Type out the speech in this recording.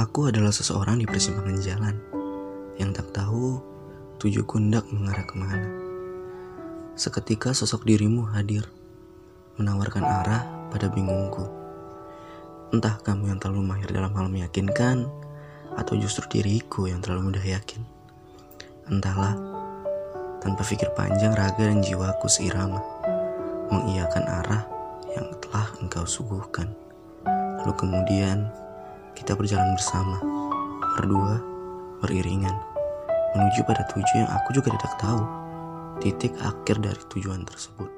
Aku adalah seseorang di persimpangan jalan yang tak tahu tujuku hendak mengarah kemana. Seketika sosok dirimu hadir, menawarkan arah pada bingungku. Entah kamu yang terlalu mahir dalam hal meyakinkan, atau justru diriku yang terlalu mudah yakin. Entahlah, tanpa pikir panjang raga dan jiwaku seirama, mengiyakan arah yang telah engkau suguhkan. Lalu kemudian kita berjalan bersama, berdua, beriringan, menuju pada tujuan yang aku juga tidak tahu titik akhir dari tujuan tersebut.